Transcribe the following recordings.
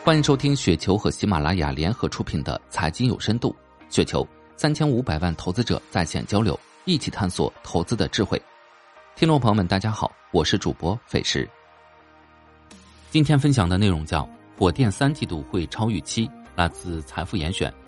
欢迎收听雪球和喜马拉雅联合出品的财经有深度。雪球3500万投资者在线交流，一起探索投资的智慧。听众朋友们大家好，我是主播费时。今天分享的内容叫火电3季度会超预期，来自财富严选。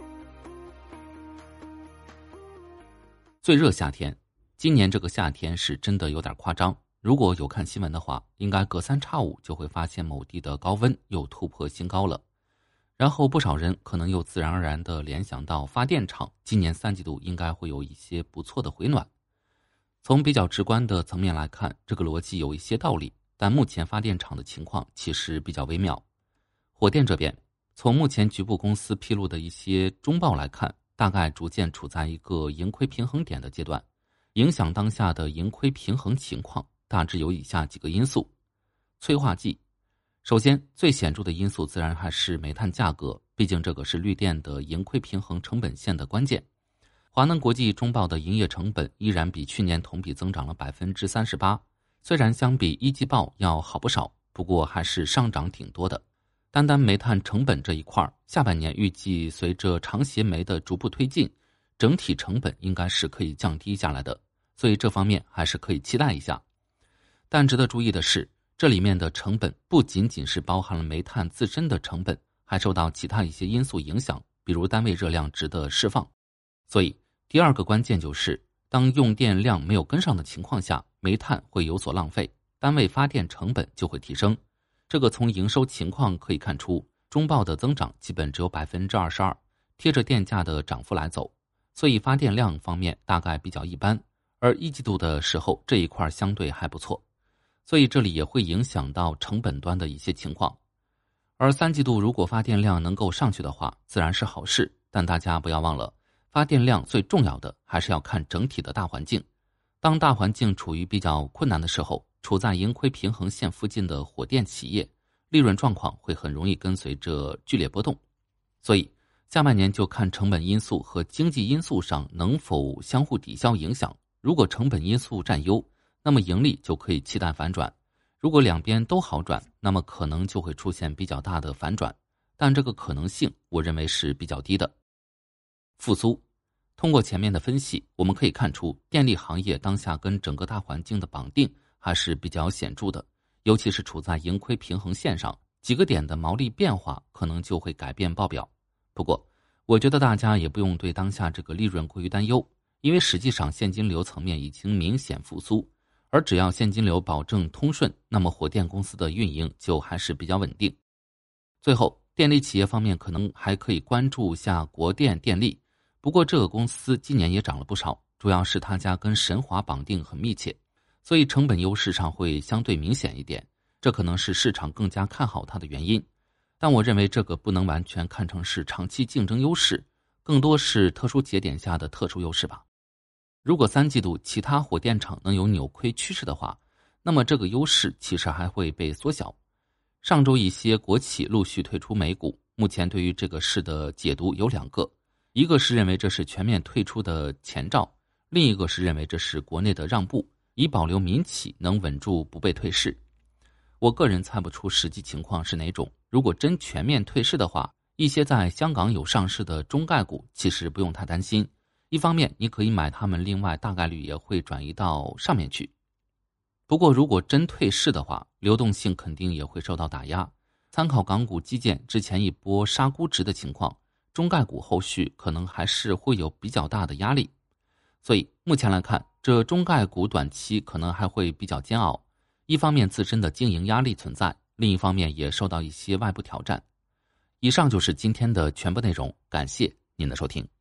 最热夏天，今年这个夏天是真的有点夸张。如果有看新闻的话，应该隔3差5就会发现某地的高温又突破新高了。然后不少人可能又自然而然地联想到发电厂今年3季度应该会有一些不错的回暖。从比较直观的层面来看，这个逻辑有一些道理，但目前发电厂的情况其实比较微妙。火电这边，从目前局部公司披露的一些中报来看，大概逐渐处在一个盈亏平衡点的阶段。影响当下的盈亏平衡情况大致有以下几个因素。催化剂，首先最显著的因素自然还是煤炭价格，毕竟这个是绿电的盈亏平衡成本线的关键。华能国际中报的营业成本依然比去年同比增长了 38%， 虽然相比一季报要好不少，不过还是上涨挺多的。单单煤炭成本这一块，下半年预计随着长协煤的逐步推进，整体成本应该是可以降低下来的，所以这方面还是可以期待一下。但值得注意的是，这里面的成本不仅仅是包含了煤炭自身的成本，还受到其他一些因素影响，比如单位热量值的释放。所以第二个关键就是，当用电量没有跟上的情况下，煤炭会有所浪费，单位发电成本就会提升。这个从营收情况可以看出，中报的增长基本只有 22%， 贴着电价的涨幅来走，所以发电量方面大概比较一般，而一季度的时候这一块相对还不错，所以这里也会影响到成本端的一些情况。而3季度如果发电量能够上去的话，自然是好事，但大家不要忘了，发电量最重要的还是要看整体的大环境。当大环境处于比较困难的时候，处在盈亏平衡线附近的火电企业，利润状况会很容易跟随着剧烈波动。所以下半年就看成本因素和经济因素上能否相互抵消影响。如果成本因素占优，那么盈利就可以期待反转。如果两边都好转，那么可能就会出现比较大的反转，但这个可能性我认为是比较低的。复苏，通过前面的分析，我们可以看出电力行业当下跟整个大环境的绑定还是比较显著的，尤其是处在盈亏平衡线上，几个点的毛利变化可能就会改变报表。不过我觉得大家也不用对当下这个利润过于担忧，因为实际上现金流层面已经明显复苏，而只要现金流保证通顺，那么火电公司的运营就还是比较稳定。最后，电力企业方面可能还可以关注下国电电力，不过这个公司今年也涨了不少，主要是他家跟神华绑定很密切，所以成本优势上会相对明显一点，这可能是市场更加看好它的原因。但我认为这个不能完全看成是长期竞争优势，更多是特殊节点下的特殊优势吧。如果3季度其他火电厂能有扭亏趋势的话，那么这个优势其实还会被缩小。上周一些国企陆续退出美股，目前对于这个事的解读有2个，一个是认为这是全面退出的前兆，另一个是认为这是国内的让步，以保留民企能稳住不被退市。我个人猜不出实际情况是哪种，如果真全面退市的话，一些在香港有上市的中概股其实不用太担心，一方面你可以买它们，另外大概率也会转移到上面去。不过如果真退市的话，流动性肯定也会受到打压。参考港股基建之前一波杀估值的情况，中概股后续可能还是会有比较大的压力。所以目前来看，这中概股短期可能还会比较煎熬，一方面自身的经营压力存在，另一方面也受到一些外部挑战。以上就是今天的全部内容，感谢您的收听。